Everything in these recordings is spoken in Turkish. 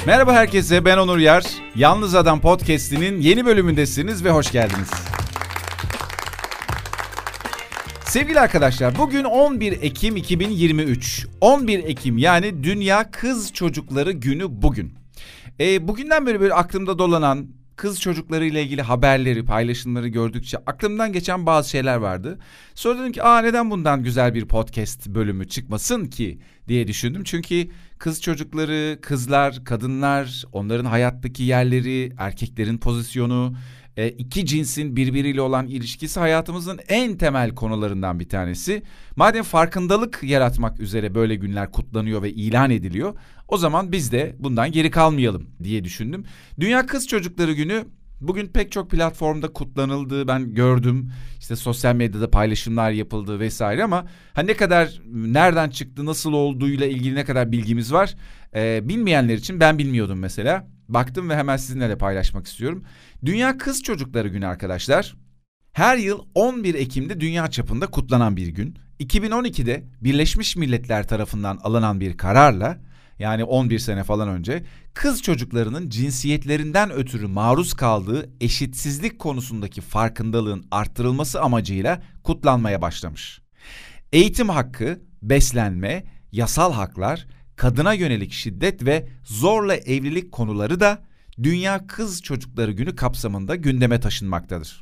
Merhaba herkese, ben Onur Yar. Yalnız Adam Podcast'inin yeni bölümündesiniz ve hoş geldiniz. Sevgili arkadaşlar, bugün 11 Ekim 2023. 11 Ekim yani Dünya Kız Çocukları Günü bugün. Bugünden beri böyle aklımda dolanan kız çocukları ile ilgili haberleri, paylaşımları gördükçe aklımdan geçen bazı şeyler vardı. Sonra dedim ki neden bundan güzel bir podcast bölümü çıkmasın ki diye düşündüm. Çünkü kız çocukları, kızlar, kadınlar, onların hayattaki yerleri, erkeklerin pozisyonu, iki cinsin birbiriyle olan ilişkisi hayatımızın en temel konularından bir tanesi. Madem farkındalık yaratmak üzere böyle günler kutlanıyor ve ilan ediliyor, o zaman biz de bundan geri kalmayalım diye düşündüm. Dünya Kız Çocukları Günü bugün pek çok platformda kutlanıldı, ben gördüm. İşte sosyal medyada paylaşımlar yapıldı vesaire ama ne kadar, nereden çıktı, nasıl olduğuyla ilgili ne kadar bilgimiz var bilmeyenler için, ben bilmiyordum mesela. Baktım ve hemen sizinle de paylaşmak istiyorum. Dünya Kız Çocukları Günü arkadaşlar, her yıl 11 Ekim'de dünya çapında kutlanan bir gün. 2012'de Birleşmiş Milletler tarafından alınan bir kararla, yani 11 sene falan önce, kız çocuklarının cinsiyetlerinden ötürü maruz kaldığı eşitsizlik konusundaki farkındalığın arttırılması amacıyla kutlanmaya başlamış. Eğitim hakkı, beslenme, yasal haklar, kadına yönelik şiddet ve zorla evlilik konuları da Dünya Kız Çocukları Günü kapsamında gündeme taşınmaktadır.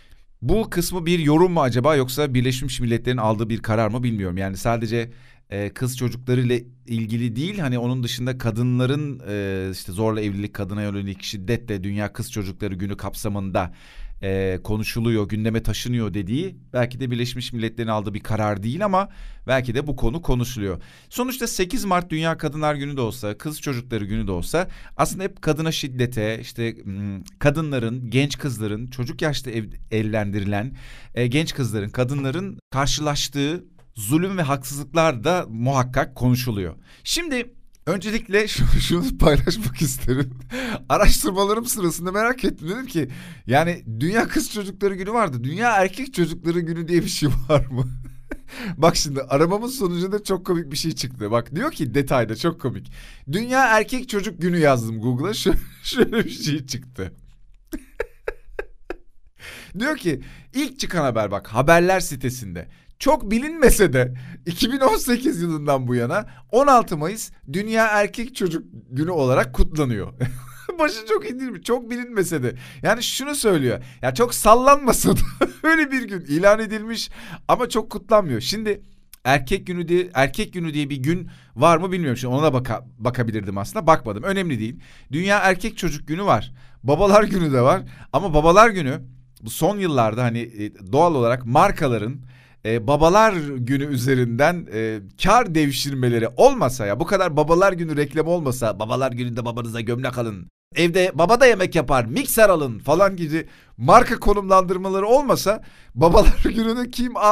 Bu kısmı bir yorum mu acaba, yoksa Birleşmiş Milletler'in aldığı bir karar mı bilmiyorum. Yani sadece kız çocukları ile ilgili değil, onun dışında kadınların işte zorla evlilik, kadına yönelik şiddet de Dünya Kız Çocukları Günü kapsamında konuşuluyor, gündeme taşınıyor dediği, belki de Birleşmiş Milletler'in aldığı bir karar değil ama belki de bu konu konuşuluyor. Sonuçta 8 Mart Dünya Kadınlar Günü de olsa, Kız Çocukları Günü de olsa, aslında hep kadına şiddete, işte kadınların, genç kızların, çocuk yaşta evlendirilen genç kızların, kadınların karşılaştığı zulüm ve haksızlıklar da muhakkak konuşuluyor. Şimdi öncelikle şunu paylaşmak isterim. Araştırmalarım sırasında merak ettim. Dedim ki yani Dünya Kız Çocukları Günü vardı. Dünya Erkek Çocukları Günü diye bir şey var mı? Bak şimdi aramamın sonucunda çok komik bir şey çıktı. Bak diyor ki detayda, çok komik. Dünya Erkek Çocuk Günü yazdım Google'a. Şöyle bir şey çıktı. Diyor ki ilk çıkan haber, bak, Haberler sitesinde. Çok bilinmese de 2018 yılından bu yana 16 Mayıs Dünya Erkek Çocuk Günü olarak kutlanıyor. Başı çok iyi değil mi? Çok bilinmese de. Yani şunu söylüyor. Ya çok sallanmasa da öyle bir gün ilan edilmiş ama çok kutlanmıyor. Şimdi Erkek Günü diye bir gün var mı bilmiyorum. Şimdi ona da bakabilirdim aslında. Bakmadım. Önemli değil. Dünya Erkek Çocuk Günü var. Babalar Günü de var. Ama Babalar Günü bu son yıllarda doğal olarak markaların Babalar Günü üzerinden kar devşirmeleri olmasa, ya bu kadar Babalar Günü reklamı olmasa, Babalar Günü'nde babanıza gömlek alın, evde baba da yemek yapar, mikser alın falan gibi marka konumlandırmaları olmasa, Babalar Günü'nü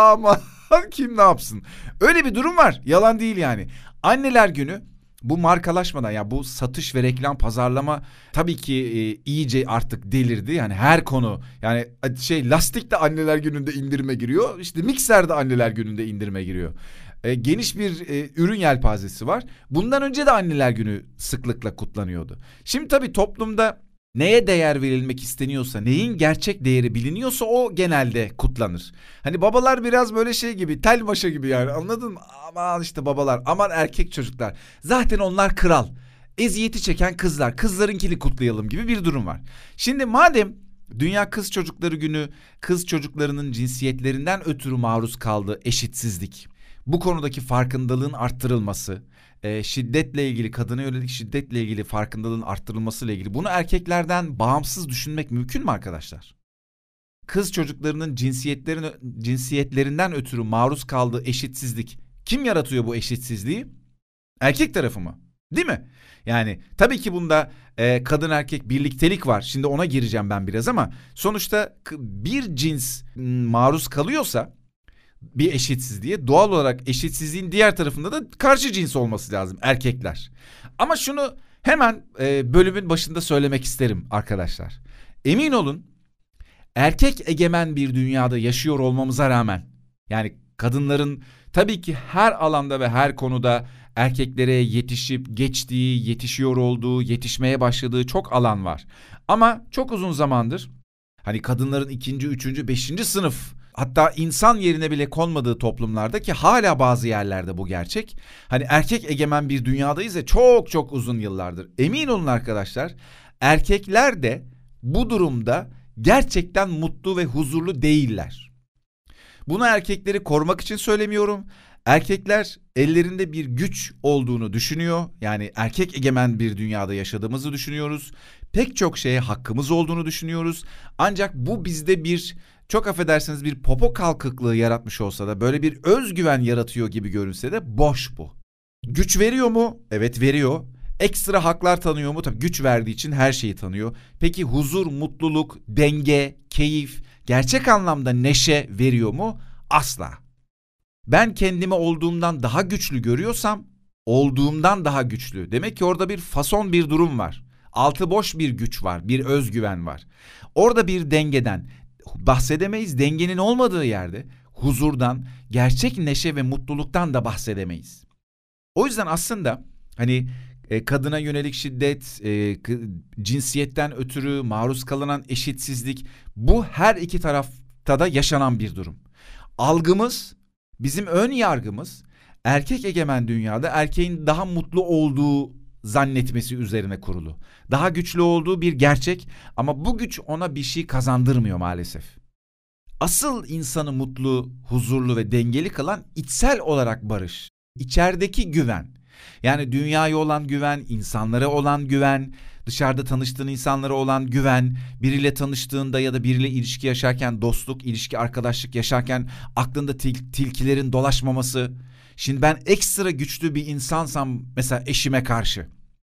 kim ne yapsın? Öyle bir durum var, yalan değil yani. Anneler Günü, bu markalaşmadan, ya bu satış ve reklam, pazarlama tabii ki iyice artık delirdi. Yani her konu, yani lastik de Anneler Günü'nde indirime giriyor. İşte mikser de Anneler Günü'nde indirime giriyor. Geniş bir ürün yelpazesi var. Bundan önce de Anneler Günü sıklıkla kutlanıyordu. Şimdi tabii toplumda neye değer verilmek isteniyorsa, neyin gerçek değeri biliniyorsa o genelde kutlanır. Babalar biraz böyle gibi, tel maşa gibi, yani anladın mı? Aman işte babalar, aman erkek çocuklar. Zaten onlar kral. Eziyeti çeken kızlar, kızlarınkini kutlayalım gibi bir durum var. Şimdi madem Dünya Kız Çocukları Günü, kız çocuklarının cinsiyetlerinden ötürü maruz kaldığı eşitsizlik, bu konudaki farkındalığın arttırılması, şiddetle ilgili, kadına yönelik şiddetle ilgili farkındalığın arttırılmasıyla ilgili, bunu erkeklerden bağımsız düşünmek mümkün mü arkadaşlar? Kız çocuklarının cinsiyetlerinden ötürü maruz kaldığı eşitsizlik, kim yaratıyor bu eşitsizliği? Erkek tarafı mı? Değil mi? Yani tabii ki bunda kadın erkek birliktelik var. Şimdi ona gireceğim ben biraz ama sonuçta bir cins maruz kalıyorsa bir eşitsizliğe, doğal olarak eşitsizliğin diğer tarafında da karşı cins olması lazım, erkekler. Ama şunu hemen bölümün başında söylemek isterim arkadaşlar. Emin olun, erkek egemen bir dünyada yaşıyor olmamıza rağmen, yani kadınların tabii ki her alanda ve her konuda Erkeklere yetişip geçtiği, yetişiyor olduğu, yetişmeye başladığı çok alan var. Ama çok uzun zamandır hani kadınların ikinci, üçüncü, beşinci sınıf, hatta insan yerine bile konmadığı toplumlarda, ki hala bazı yerlerde bu gerçek. Hani erkek egemen bir dünyadayız ya, çok çok uzun yıllardır. Emin olun arkadaşlar, erkekler de bu durumda gerçekten mutlu ve huzurlu değiller. Bunu erkekleri korumak için söylemiyorum. Erkekler ellerinde bir güç olduğunu düşünüyor. Yani erkek egemen bir dünyada yaşadığımızı düşünüyoruz. Pek çok şeye hakkımız olduğunu düşünüyoruz. Ancak bu bizde bir, çok affedersiniz, bir popo kalkıklığı yaratmış olsa da, böyle bir özgüven yaratıyor gibi görünse de boş bu. Güç veriyor mu? Evet, veriyor. Ekstra haklar tanıyor mu? Tabii, güç verdiği için her şeyi tanıyor. Peki huzur, mutluluk, denge, keyif, gerçek anlamda neşe veriyor mu? Asla. Ben kendimi olduğumdan daha güçlü görüyorsam, olduğumdan daha güçlü. Demek ki orada bir fason, bir durum var. Altı boş bir güç var, bir özgüven var. Orada bir dengeden bahsedemeyiz. Dengenin olmadığı yerde huzurdan, gerçek neşe ve mutluluktan da bahsedemeyiz. O yüzden aslında hani kadına yönelik şiddet, cinsiyetten ötürü maruz kalınan eşitsizlik, bu her iki tarafta da yaşanan bir durum. Algımız, bizim ön yargımız erkek egemen dünyada erkeğin daha mutlu olduğu zannetmesi üzerine kurulu. Daha güçlü olduğu bir gerçek, ama bu güç ona bir şey kazandırmıyor maalesef. Asıl insanı mutlu, huzurlu ve dengeli kılan içsel olarak barış, içerideki güven. Yani dünyaya olan güven, insanlara olan güven, dışarıda tanıştığın insanlara olan güven, biriyle tanıştığında ya da biriyle ilişki yaşarken, dostluk, ilişki, arkadaşlık yaşarken aklında tilkilerin dolaşmaması. Şimdi ben ekstra güçlü bir insansam mesela eşime karşı,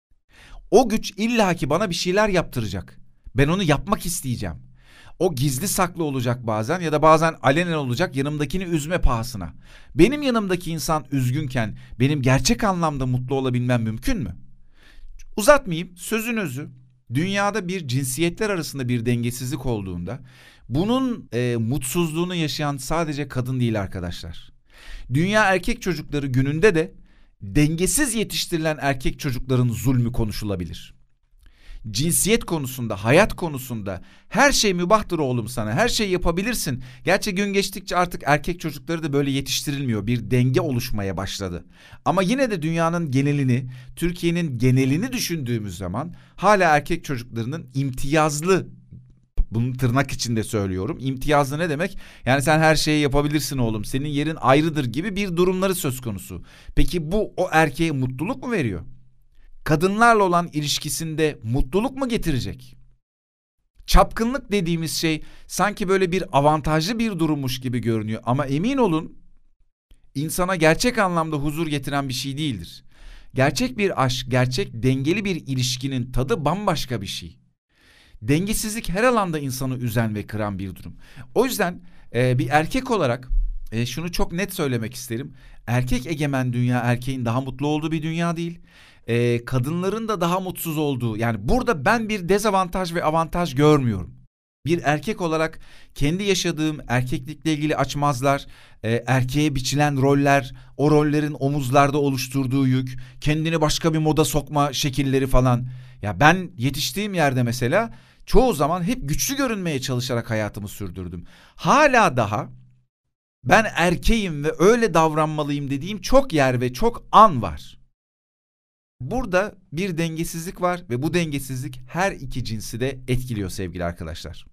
o güç illaki bana bir şeyler yaptıracak. Ben onu yapmak isteyeceğim. O gizli saklı olacak bazen, ya da bazen alenen olacak, yanımdakini üzme pahasına. Benim yanımdaki insan üzgünken benim gerçek anlamda mutlu olabilmem mümkün mü? Uzatmayayım, sözün özü, dünyada bir cinsiyetler arasında bir dengesizlik olduğunda bunun mutsuzluğunu yaşayan sadece kadın değil arkadaşlar. Dünya Erkek Çocukları Günü'nde de dengesiz yetiştirilen erkek çocukların zulmü konuşulabilir. Cinsiyet konusunda, hayat konusunda her şey mübahtır oğlum sana, her şeyi yapabilirsin. Gerçi gün geçtikçe artık erkek çocukları da böyle yetiştirilmiyor. Bir denge oluşmaya başladı. Ama yine de dünyanın genelini, Türkiye'nin genelini düşündüğümüz zaman hala erkek çocuklarının imtiyazlı, bunu tırnak içinde söylüyorum. İmtiyazlı ne demek? Yani sen her şeyi yapabilirsin oğlum, senin yerin ayrıdır gibi bir durumları söz konusu. Peki bu o erkeğe mutluluk mu veriyor? Kadınlarla olan ilişkisinde mutluluk mu getirecek? Çapkınlık dediğimiz şey sanki böyle bir avantajlı bir durummuş gibi görünüyor. Ama emin olun, insana gerçek anlamda huzur getiren bir şey değildir. Gerçek bir aşk, gerçek dengeli bir ilişkinin tadı bambaşka bir şey. Dengesizlik her alanda insanı üzen ve kıran bir durum. O yüzden bir erkek olarak şunu çok net söylemek isterim. Erkek egemen dünya erkeğin daha mutlu olduğu bir dünya değil. Kadınların da daha mutsuz olduğu, yani burada ben bir dezavantaj ve avantaj görmüyorum. Bir erkek olarak kendi yaşadığım erkeklikle ilgili açmazlar, erkeğe biçilen roller, o rollerin omuzlarda oluşturduğu yük, kendini başka bir moda sokma şekilleri falan. Ya ben yetiştiğim yerde mesela çoğu zaman hep güçlü görünmeye çalışarak hayatımı sürdürdüm. Hala daha ben erkeğim ve öyle davranmalıyım dediğim çok yer ve çok an var. Burada bir dengesizlik var ve bu dengesizlik her iki cinsi de etkiliyor sevgili arkadaşlar.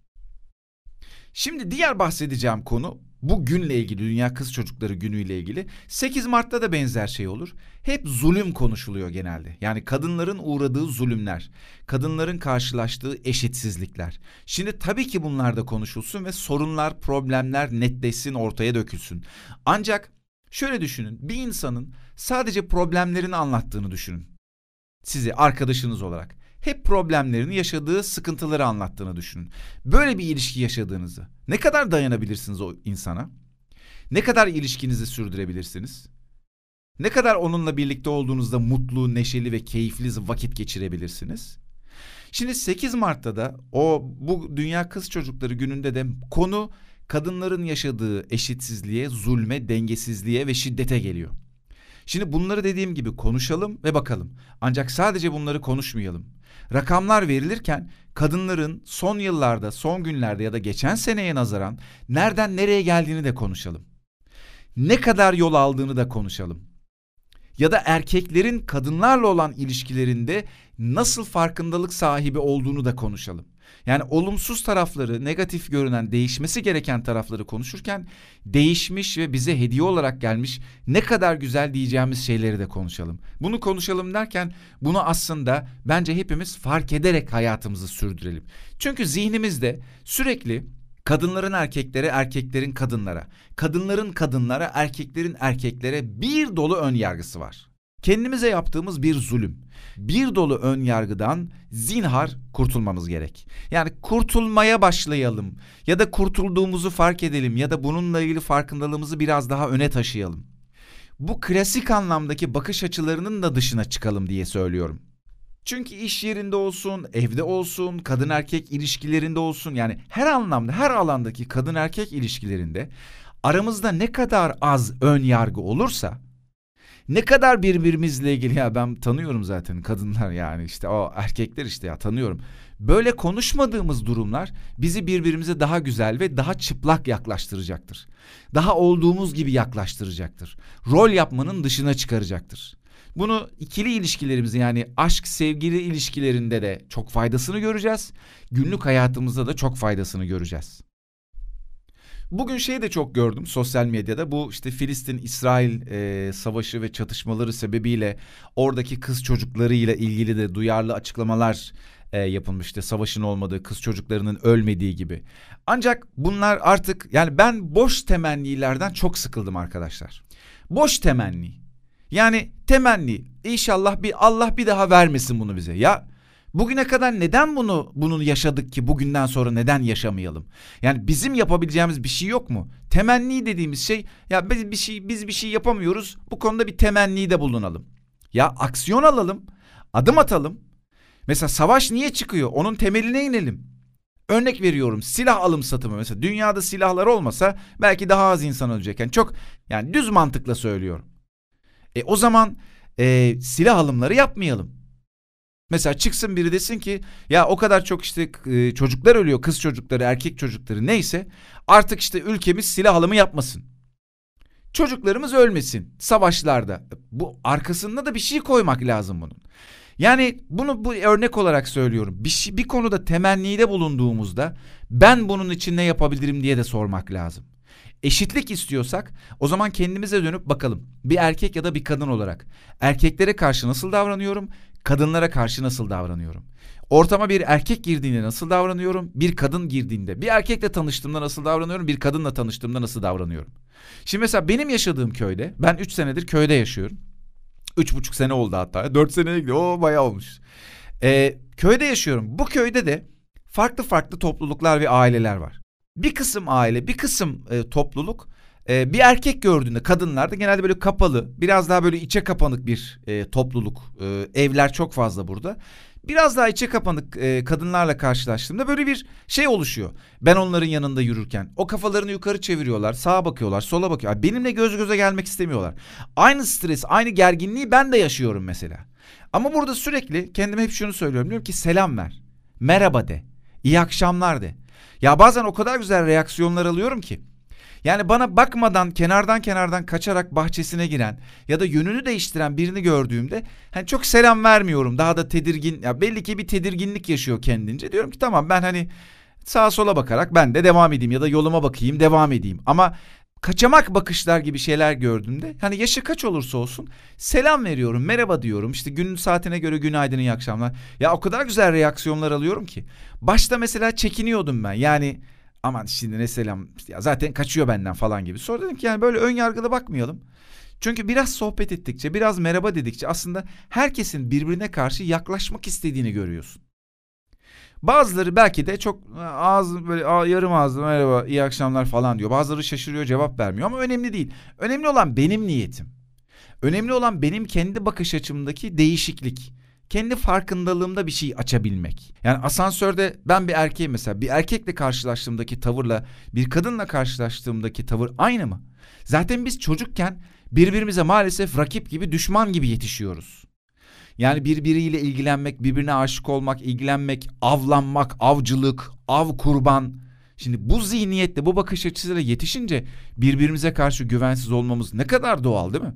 Şimdi diğer bahsedeceğim konu bu günle ilgili, Dünya Kız Çocukları Günü ile ilgili. 8 Mart'ta da benzer şey olur. Hep zulüm konuşuluyor genelde. Yani kadınların uğradığı zulümler, kadınların karşılaştığı eşitsizlikler. Şimdi tabii ki bunlar da konuşulsun ve sorunlar, problemler netleşsin, ortaya dökülsün. Ancak şöyle düşünün, bir insanın sadece problemlerini anlattığını düşünün. Size arkadaşınız olarak hep problemlerini, yaşadığı sıkıntıları anlattığını düşünün. Böyle bir ilişki yaşadığınızı, ne kadar dayanabilirsiniz o insana? Ne kadar ilişkinizi sürdürebilirsiniz? Ne kadar onunla birlikte olduğunuzda mutlu, neşeli ve keyifli vakit geçirebilirsiniz? Şimdi 8 Mart'ta da bu Dünya Kız Çocukları Günü'nde de konu kadınların yaşadığı eşitsizliğe, zulme, dengesizliğe ve şiddete geliyor. Şimdi bunları dediğim gibi konuşalım ve bakalım. Ancak sadece bunları konuşmayalım. Rakamlar verilirken kadınların son yıllarda, son günlerde ya da geçen seneye nazaran nereden nereye geldiğini de konuşalım. Ne kadar yol aldığını da konuşalım. Ya da erkeklerin kadınlarla olan ilişkilerinde nasıl farkındalık sahibi olduğunu da konuşalım. Yani olumsuz tarafları, negatif görünen, değişmesi gereken tarafları konuşurken değişmiş ve bize hediye olarak gelmiş ne kadar güzel diyeceğimiz şeyleri de konuşalım. Bunu konuşalım derken bunu aslında bence hepimiz fark ederek hayatımızı sürdürelim. Çünkü zihnimizde sürekli kadınların erkeklere, erkeklerin kadınlara, kadınların kadınlara, erkeklerin erkeklere bir dolu ön yargısı var. Kendimize yaptığımız bir zulüm. Bir dolu ön yargıdan zinhar kurtulmamız gerek. Yani kurtulmaya başlayalım ya da kurtulduğumuzu fark edelim ya da bununla ilgili farkındalığımızı biraz daha öne taşıyalım. Bu klasik anlamdaki bakış açılarının da dışına çıkalım diye söylüyorum. Çünkü iş yerinde olsun, evde olsun, kadın erkek ilişkilerinde olsun, yani her anlamda, her alandaki kadın erkek ilişkilerinde aramızda ne kadar az ön yargı olursa, ne kadar birbirimizle ilgili, ya ben tanıyorum zaten kadınlar, yani işte o erkekler işte ya tanıyorum. Böyle konuşmadığımız durumlar bizi birbirimize daha güzel ve daha çıplak yaklaştıracaktır. Daha olduğumuz gibi yaklaştıracaktır. Rol yapmanın dışına çıkaracaktır. Bunu ikili ilişkilerimizi, yani aşk sevgili ilişkilerinde de çok faydasını göreceğiz. Günlük hayatımızda da çok faydasını göreceğiz. Bugün de çok gördüm sosyal medyada, bu işte Filistin-İsrail savaşı ve çatışmaları sebebiyle oradaki kız çocuklarıyla ilgili de duyarlı açıklamalar yapılmıştı. Savaşın olmadığı, kız çocuklarının ölmediği gibi. Ancak bunlar artık, yani ben boş temennilerden çok sıkıldım arkadaşlar. Boş temenni. Yani temenni, inşallah Allah bir daha vermesin bunu bize. Ya bugüne kadar neden bunu yaşadık ki bugünden sonra neden yaşamayalım? Yani bizim yapabileceğimiz bir şey yok mu? Temenni dediğimiz şey, ya biz bir şey yapamıyoruz, bu konuda bir temennide bulunalım. Ya aksiyon alalım, adım atalım. Mesela savaş niye çıkıyor? Onun temeline inelim. Örnek veriyorum, silah alım satımı, mesela dünyada silahlar olmasa belki daha az insan ölecek. Yani düz mantıkla söylüyorum. O zaman silah alımları yapmayalım. Mesela çıksın biri desin ki ya o kadar çok işte çocuklar ölüyor, kız çocukları, erkek çocukları, neyse artık işte ülkemiz silah alımı yapmasın. Çocuklarımız ölmesin savaşlarda. Bu arkasında da bir şey koymak lazım bunun. Yani bu örnek olarak söylüyorum. Bir konuda temennide bulunduğumuzda ben bunun için ne yapabilirim diye de sormak lazım. Eşitlik istiyorsak o zaman kendimize dönüp bakalım. Bir erkek ya da bir kadın olarak erkeklere karşı nasıl davranıyorum? Kadınlara karşı nasıl davranıyorum? Ortama bir erkek girdiğinde nasıl davranıyorum? Bir kadın girdiğinde, bir erkekle tanıştığımda nasıl davranıyorum? Bir kadınla tanıştığımda nasıl davranıyorum? Şimdi mesela benim yaşadığım köyde, ben 3 senedir köyde yaşıyorum. 3,5 sene oldu hatta. 4 seneye gidiyor. Bayağı olmuş. Köyde yaşıyorum. Bu köyde de farklı farklı topluluklar ve aileler var. Bir kısım aile, bir kısım topluluk bir erkek gördüğünde, kadınlar da genelde böyle kapalı, biraz daha böyle içe kapanık bir topluluk. Evler çok fazla burada. Biraz daha içe kapanık kadınlarla karşılaştığımda böyle bir şey oluşuyor. Ben onların yanında yürürken o kafalarını yukarı çeviriyorlar, sağa bakıyorlar, sola bakıyorlar. Benimle göz göze gelmek istemiyorlar. Aynı stres, aynı gerginliği ben de yaşıyorum mesela. Ama burada sürekli kendime hep şunu söylüyorum. Diyorum ki selam ver, merhaba de, iyi akşamlar de. Ya bazen o kadar güzel reaksiyonlar alıyorum ki. Yani bana bakmadan kenardan kaçarak bahçesine giren ya da yönünü değiştiren birini gördüğümde hani çok selam vermiyorum. Daha da tedirgin, ya belli ki bir tedirginlik yaşıyor kendince. Diyorum ki tamam, ben hani sağa sola bakarak ben de devam edeyim ya da yoluma bakayım, devam edeyim. Ama kaçamak bakışlar gibi şeyler gördüğümde hani yaşı kaç olursa olsun selam veriyorum, merhaba diyorum. İşte günün saatine göre günaydın, iyi akşamlar. Ya o kadar güzel reaksiyonlar alıyorum ki. Başta mesela çekiniyordum ben. Yani aman şimdi ne selam, ya zaten kaçıyor benden falan gibi. Sonra dedim ki yani böyle ön yargılı bakmayalım. Çünkü biraz sohbet ettikçe, biraz merhaba dedikçe aslında herkesin birbirine karşı yaklaşmak istediğini görüyorsun. Bazıları belki de çok böyle yarım ağızlı merhaba, iyi akşamlar falan diyor. Bazıları şaşırıyor, cevap vermiyor ama önemli değil. Önemli olan benim niyetim. Önemli olan benim kendi bakış açımdaki değişiklik. kendi farkındalığımda bir şey açabilmek. Yani asansörde ben bir erkeğim mesela, bir erkekle karşılaştığımdaki tavırla bir kadınla karşılaştığımdaki tavır aynı mı? Zaten biz çocukken birbirimize maalesef rakip gibi, düşman gibi yetişiyoruz. Yani birbiriyle ilgilenmek, birbirine aşık olmak, ilgilenmek, avlanmak, avcılık, av kurban. Şimdi bu zihniyetle, bu bakış açısıyla yetişince birbirimize karşı güvensiz olmamız ne kadar doğal, değil mi?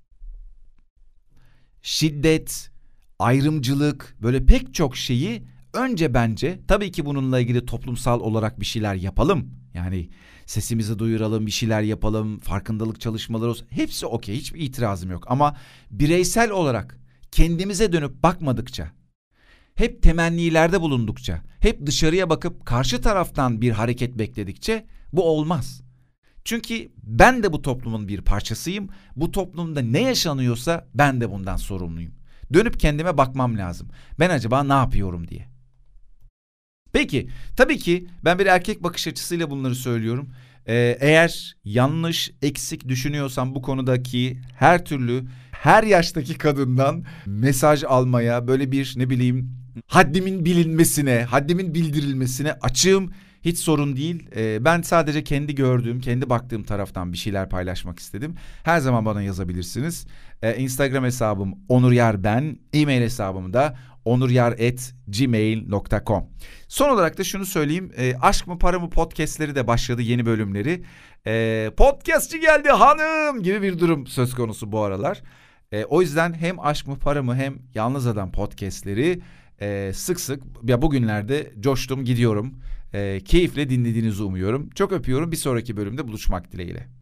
Şiddet, ayrımcılık, böyle pek çok şeyi önce bence, tabii ki bununla ilgili toplumsal olarak bir şeyler yapalım. Yani sesimizi duyuralım, bir şeyler yapalım, farkındalık çalışmaları olsun. Hepsi okey, hiçbir itirazım yok. Ama bireysel olarak kendimize dönüp bakmadıkça, hep temennilerde bulundukça, hep dışarıya bakıp karşı taraftan bir hareket bekledikçe bu olmaz. Çünkü ben de bu toplumun bir parçasıyım. Bu toplumda ne yaşanıyorsa ben de bundan sorumluyum. Dönüp kendime bakmam lazım. Ben acaba ne yapıyorum diye. Peki, tabii ki ben bir erkek bakış açısıyla bunları söylüyorum. Eğer yanlış, eksik düşünüyorsam bu konudaki her türlü, her yaştaki kadından mesaj almaya, böyle bir ne bileyim haddimin bilinmesine, haddimin bildirilmesine açığım. Hiç sorun değil. Ben sadece kendi gördüğüm, kendi baktığım taraftan bir şeyler paylaşmak istedim. Her zaman bana yazabilirsiniz. Instagram hesabım onuryarben, e-mail hesabım da onuryar@gmail.com. Son olarak da şunu söyleyeyim. Aşk mı para mı podcastleri de başladı, yeni bölümleri. Podcastçı geldi hanım gibi bir durum söz konusu bu aralar. O yüzden hem Aşk mı para mı hem Yalnız Adam podcastleri sık sık, ya bugünlerde coştum gidiyorum. Keyifle dinlediğinizi umuyorum. Çok öpüyorum. Bir sonraki bölümde buluşmak dileğiyle.